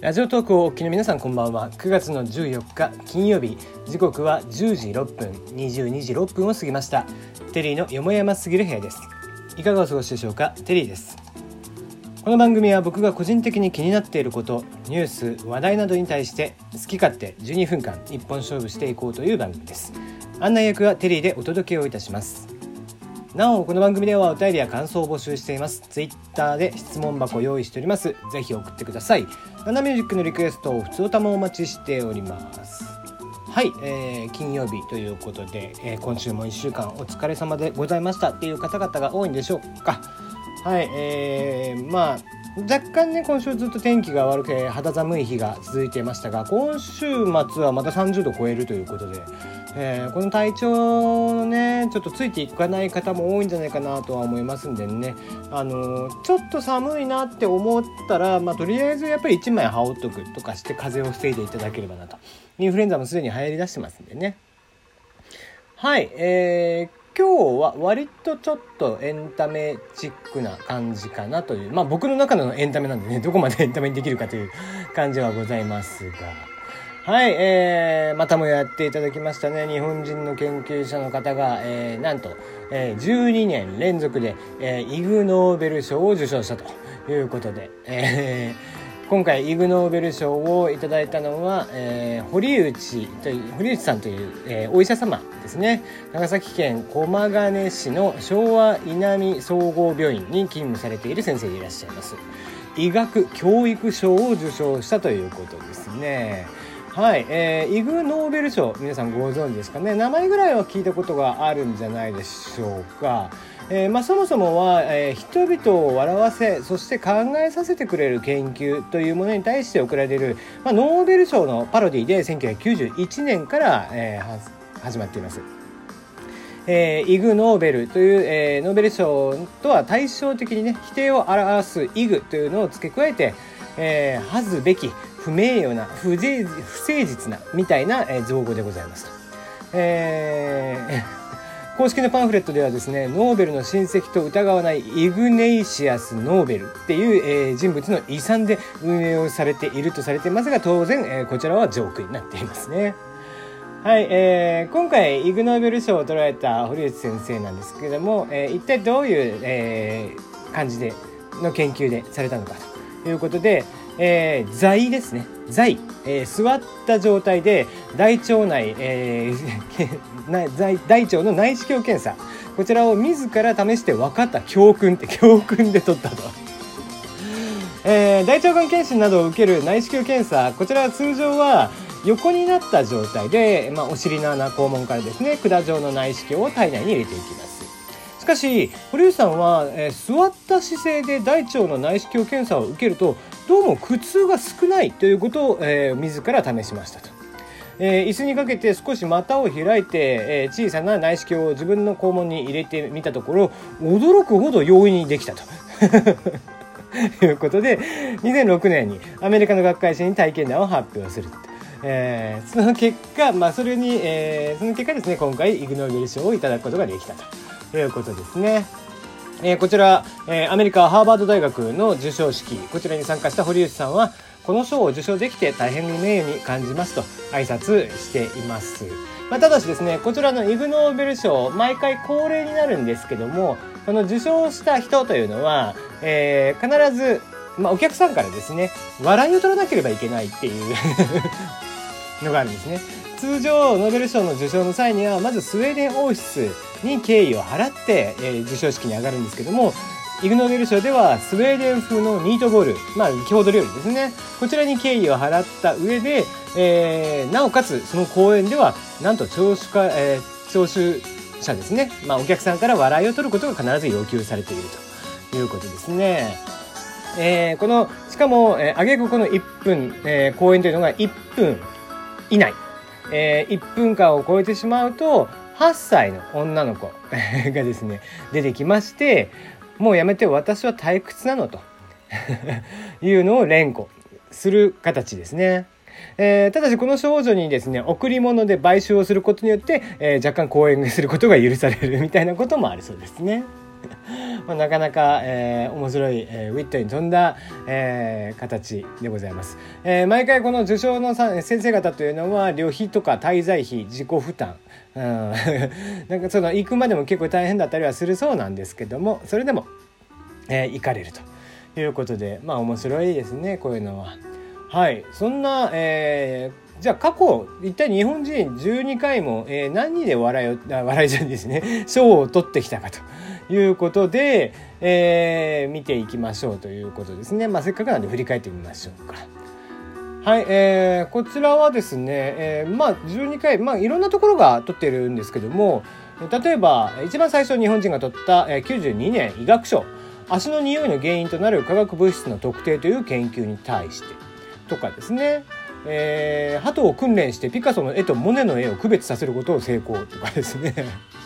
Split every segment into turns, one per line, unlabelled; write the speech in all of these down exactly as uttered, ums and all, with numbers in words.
ラジオトークをお聞きの皆さん、こんばんは。くがつのじゅうよっか金曜日、時刻はじゅうじろっぷん、にじゅうにじろっぷんを過ぎました。テリーのよもやますぎる部屋です。いかがお過ごしでしょうか。テリーです。この番組は僕が個人的に気になっていること、ニュース、話題などに対して好き勝手じゅうにふんかん一本勝負していこうという番組です。案内役はテリーでお届けをいたします。なお、この番組ではお便りや感想を募集しています。ツイッターで質問箱を用意しております。ぜひ送ってください。ナナミュージックのリクエストを普通歌もお待ちしております。はい、えー、金曜日ということで、えー、今週もいっしゅうかんお疲れ様でございましたっていう方々が多いんでしょうか。はい、えー、まあ若干ね、今週ずっと天気が悪くて肌寒い日が続いていましたが、今週末はまたさんじゅうど超えるということで、えー、この体調のねちょっとついていかない方も多いんじゃないかなとは思いますんでね、あのー、ちょっと寒いなって思ったら、まあ、とりあえずやっぱりいちまい羽織っとくとかして風邪を防いでいただければなと。インフルエンザもすでに流行りだしてますんでね。はい、えー今日は割とちょっとエンタメチックな感じかなという、まあ僕の中のエンタメなんでね、どこまでエンタメにできるかという感じはございますが、はい、えー、またもやっていただきましたね。日本人の研究者の方が、えー、なんと、えー、じゅうにねん連続で、えー、イグ・ノーベル賞を受賞したということで、えー今回イグ・ノーベル賞をいただいたのは、えー、堀内という堀内さんという、えー、お医者様ですね。長崎県駒ヶ根市の昭和稲美総合病院に勤務されている先生でいらっしゃいます。医学教育賞を受賞したということですね。はい、えー、イグ・ノーベル賞、皆さんご存知ですかね。名前ぐらいは聞いたことがあるんじゃないでしょうか。えーまあ、そもそもは、えー、人々を笑わせ、そして考えさせてくれる研究というものに対して贈られる、まあ、ノーベル賞のパロディでせんきゅうひゃくきゅうじゅういちねんから、えー、始まっています。えー、イグ・ノーベルという、えー、ノーベル賞とは対照的にね、否定を表すイグというのを付け加えて、えー、恥ずべき、不名誉な、不誠実なみたいな、えー、造語でございますと。えー公式のパンフレットではですね、ノーベルの親戚と疑わないイグネイシアス・ノーベルっていう、えー、人物の遺産で運営をされているとされていますが、当然、えー、こちらはジョークになっていますね。はい、えー、今回イグ・ノーベル賞を取られた堀内先生なんですけれども、えー、一体どういう、えー、感じでの研究でされたのかということで、えー、座位ですね。座位、えー、座った状態で大腸内、えー、大腸の内視鏡検査、こちらを自ら試して分かった教訓って教訓で取ったと、えー、大腸がん検診などを受ける内視鏡検査、こちらは通常は横になった状態で、まあ、お尻の穴、肛門からですね、管状の内視鏡を体内に入れていきます。しかし堀内さんは、えー、座った姿勢で大腸の内視鏡検査を受けると、どうも苦痛が少ないということを、えー、自ら試しましたと。えー、椅子にかけて少し股を開いて、えー、小さな内視鏡を自分の肛門に入れてみたところ、驚くほど容易にできたとということで、にせんろくねんにアメリカの学会誌に体験談を発表すると。えー、その結果、まあ、それに、えー、その結果ですね、今回イグ・ノーベル賞をいただくことができたということですね。えー、こちら、えー、アメリカハーバード大学の授賞式、こちらに参加した堀内さんは、この賞を受賞できて大変に名誉に感じますと挨拶しています。まあ、ただしですね、こちらのイグ・ノーベル賞、毎回恒例になるんですけども、この受賞した人というのは、えー、必ず、まあ、お客さんからですね、笑いを取らなければいけないっていうのがあるんですね。通常ノーベル賞の受賞の際には、まずスウェーデン王室に敬意を払って、えー、授賞式に上がるんですけども、イグ・ノーベル賞ではスウェーデン風のミートボール、まあ郷土料理ですね、こちらに敬意を払った上で、えー、なおかつその講演ではなんと聴取か、えー、聴取者ですね、まあ、お客さんから笑いを取ることが必ず要求されているということですね。えー、このしかも、えー、挙句このいっぷん、えー、講演というのがいっぷん以内、えー、いっぷんかんを超えてしまうとはっさいの女の子がですね出てきまして、もうやめて、私は退屈なのというのを連呼する形ですね。えー、ただしこの少女にですね、贈り物で買収をすることによって、えー、若干講演することが許されるみたいなこともあるそうですね。 まあ、なかなか、えー、面白い、えー、ウィットに富んだ、えー、形でございます、えー、毎回この受賞のさ先生方というのは旅費とか滞在費自己負担、うん、なんかその行くまでも結構大変だったりはするそうなんですけども、それでも、えー、行かれるということで、まあ面白いですね、こういうのは。はい、そんな、えーじゃあ過去一体日本人じゅうにかいも、えー、何で笑いをあ笑いじゃんですね賞を取ってきたかということで、えー、見ていきましょうということですね。まあせっかくなんで振り返ってみましょうか。はい、えー、こちらはですね、えー、まあじゅうにかい、まあいろんなところが取ってるんですけども、例えば一番最初日本人が取った、えー、きゅうじゅうにねん医学賞、足の匂いの原因となる化学物質の特定という研究に対してとかですね、えー、鳩を訓練してピカソの絵とモネの絵を区別させることを成功とかですね、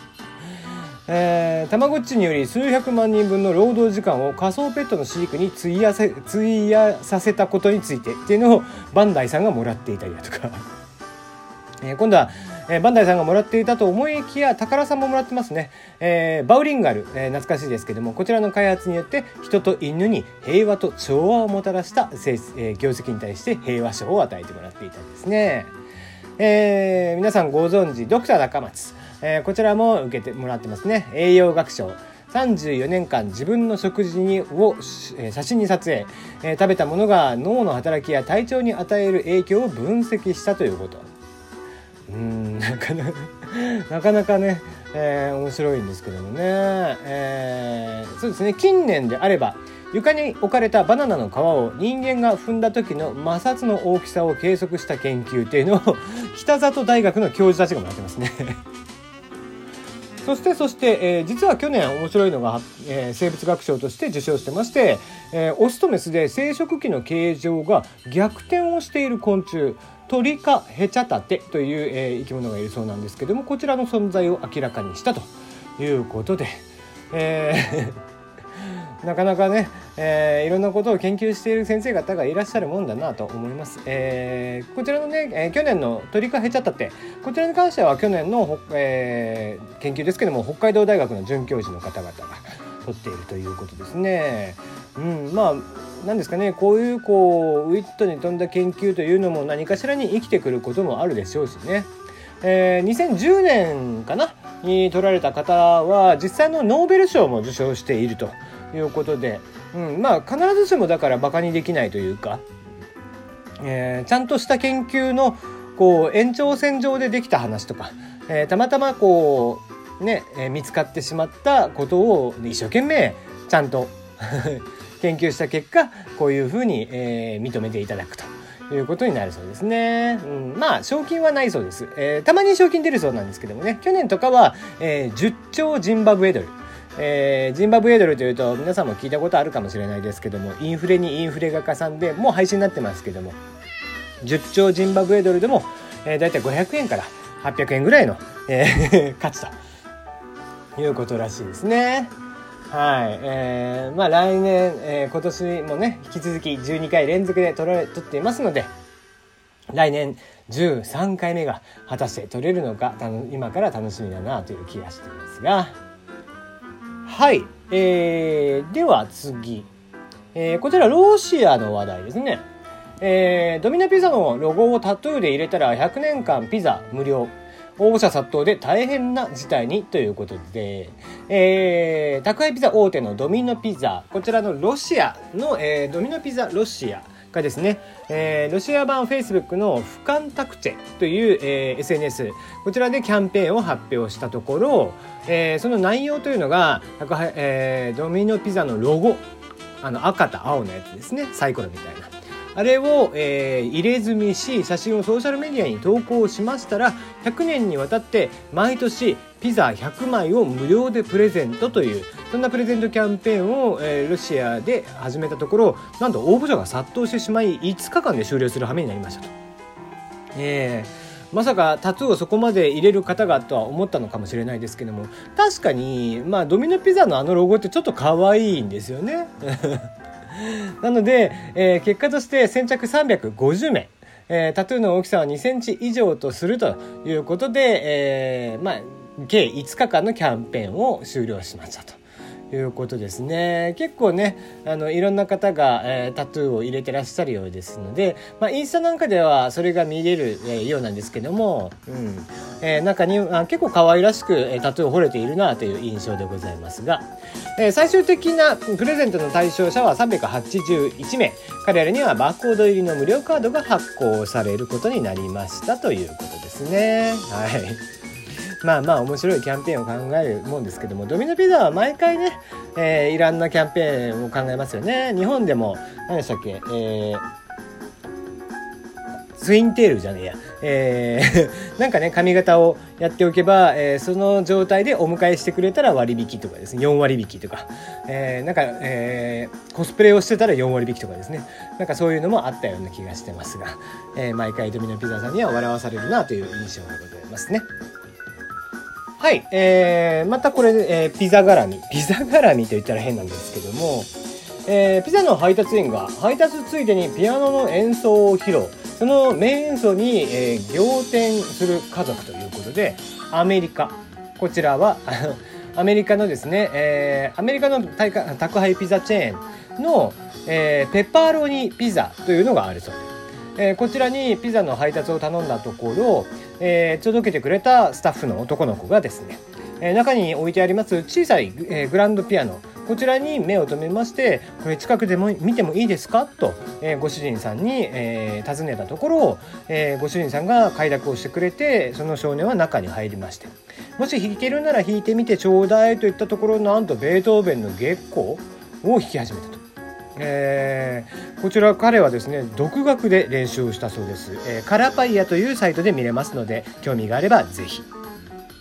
えー、たまごっちにより数百万人分の労働時間を仮想ペットの飼育に費やせ費やさせたことについてっていうのをバンダイさんがもらっていたりだとか、えー、今度は、えー、バンダイさんがもらっていたと思いきや宝さんももらってますね、えー、バウリンガル、えー、懐かしいですけども、こちらの開発によって人と犬に平和と調和をもたらした、えー、業績に対して平和賞を与えてもらっていたんですね。えー、皆さんご存知ドクター中松、えー、こちらも受けてもらってますね。栄養学賞、さんじゅうよねんかん自分の食事にを、えー、写真に撮影、えー、食べたものが脳の働きや体調に与える影響を分析したということ。うーんなかなかなかなかね、えー、面白いんですけどもね、えー、そうですね。近年であれば床に置かれたバナナの皮を人間が踏んだ時の摩擦の大きさを計測した研究っていうのを北里大学の教授たちがもらってますねそしてそして、えー、実は去年面白いのが、えー、生物学賞として受賞してまして、えー、オスとメスで生殖器の形状が逆転をしている昆虫トリカヘチャタテという、えー、生き物がいるそうなんですけども、こちらの存在を明らかにしたということで、えー、なかなかね、えー、いろんなことを研究している先生方がいらっしゃるもんだなと思います。えー、こちらのね、えー、去年のトリカヘチャタテ、こちらに関しては去年の、えー、研究ですけども、北海道大学の准教授の方々が取っているということですね。うん、まあなんですかね、こういうこうウィットに富んだ研究というのも何かしらに生きてくることもあるでしょうしね。えー、にせんじゅうねんかなに取られた方は実際のノーベル賞も受賞しているということで、うん、まあ必ずしもだからバカにできないというか、えー、ちゃんとした研究のこう延長線上でできた話とか、えー、たまたまこうね、えー、見つかってしまったことを一生懸命ちゃんと研究した結果こういうふうに、えー、認めていただくということになるそうですね。うん、まあ賞金はないそうです、えー、たまに賞金出るそうなんですけどもね、去年とかは、えー、じゅっちょうジンバブエドル、えー、ジンバブエドルというと皆さんも聞いたことあるかもしれないですけども、インフレにインフレがかさんでもう廃止になってますけども、じゅっちょうジンバブエドルでも、えー、だいたいごひゃくえんからはっぴゃくえんぐらいの、えー、価値ということらしいですね。はい、えー、まあ来年、えー、今年もね引き続きじゅうにかい連続で取られ取っていますので、来年じゅうさんかいめが果たして取れるのか今から楽しみだなという気がしていますが、はい、えー、では次、えー、こちらロシアの話題ですね。えー、ドミノピザのロゴをタトゥーで入れたらひゃくねんかんピザ無料、応募者殺到で大変な事態にということで、えー、宅配ピザ大手のドミノピザ、こちらのロシアの、えー、ドミノピザロシアがですね、えー、ロシア版 Facebook のフカンタクチェという、えー、エスエヌエス、 こちらでキャンペーンを発表したところ、えー、その内容というのが、えー、ドミノピザのロゴ、あの赤と青のやつですね、サイコロみたいなあれを、えー、入れ墨し写真をソーシャルメディアに投稿しましたら、ひゃくねんにわたって毎年ピザひゃくまいを無料でプレゼントという、そんなプレゼントキャンペーンを、えー、ロシアで始めたところ、なんと応募者が殺到してしまいいつかかんで終了する羽目になりましたと。えー、まさかタトゥーをそこまで入れる方がとは思ったのかもしれないですけども、確かに、まあ、ドミノピザのあのロゴってちょっと可愛いんですよねなので、えー、結果として先着さんびゃくごじゅうめい、えー、タトゥーの大きさはにセンチ以上とするということで、えーまあ、計いつかかんのキャンペーンを終了しましたということですね。結構ねあのいろんな方が、えー、タトゥーを入れてらっしゃるようですので、まあ、インスタなんかではそれが見れる、えー、ようなんですけども、うんえー、中にあ結構可愛らしく、えー、タトゥーを彫れているなという印象でございますが、えー、最終的なプレゼントの対象者はさんびゃくはちじゅういちめい、彼らにはバーコード入りの無料カードが発行されることになりましたということですね。はい。まあまあ面白いキャンペーンを考えるもんですけども、ドミノピザは毎回ね、えー、いろんなキャンペーンを考えますよね。日本でも何でしたっけ、えー、ツインテールじゃねえや、えー、なんかね髪型をやっておけば、えー、その状態でお迎えしてくれたら割引とかですね、よんわり引きとか、えー、なんか、えー、コスプレをしてたらよんわり引きとかですね、なんかそういうのもあったような気がしてますが、えー、毎回ドミノピザさんには笑わされるなという印象がございますね。はい、えー、またこれ、えー、ピザ絡みピザ絡みと言ったら変なんですけども、えー、ピザの配達員が配達ついでにピアノの演奏を披露、その名演奏に、えー、仰天する家族ということで、アメリカ、こちらはアメリカのですね、えー、アメリカの宅配ピザチェーンの、えー、ペッパーロニピザというのがあるそうで、えー、こちらにピザの配達を頼んだところ、えー、届けてくれたスタッフの男の子がですね、えー、中に置いてあります小さい、えー、グランドピアノ、こちらに目を留めまして、これ近くでも見てもいいですかと、えー、ご主人さんに、えー、尋ねたところ、えー、ご主人さんが快諾をしてくれて、その少年は中に入りまして、もし弾けるなら弾いてみてちょうだいと言ったところ、なんとベートーベンの月光を弾き始めたと。えー、こちら彼はですね独学で練習をしたそうです。えー、カラパイヤというサイトで見れますので、興味があればぜひ。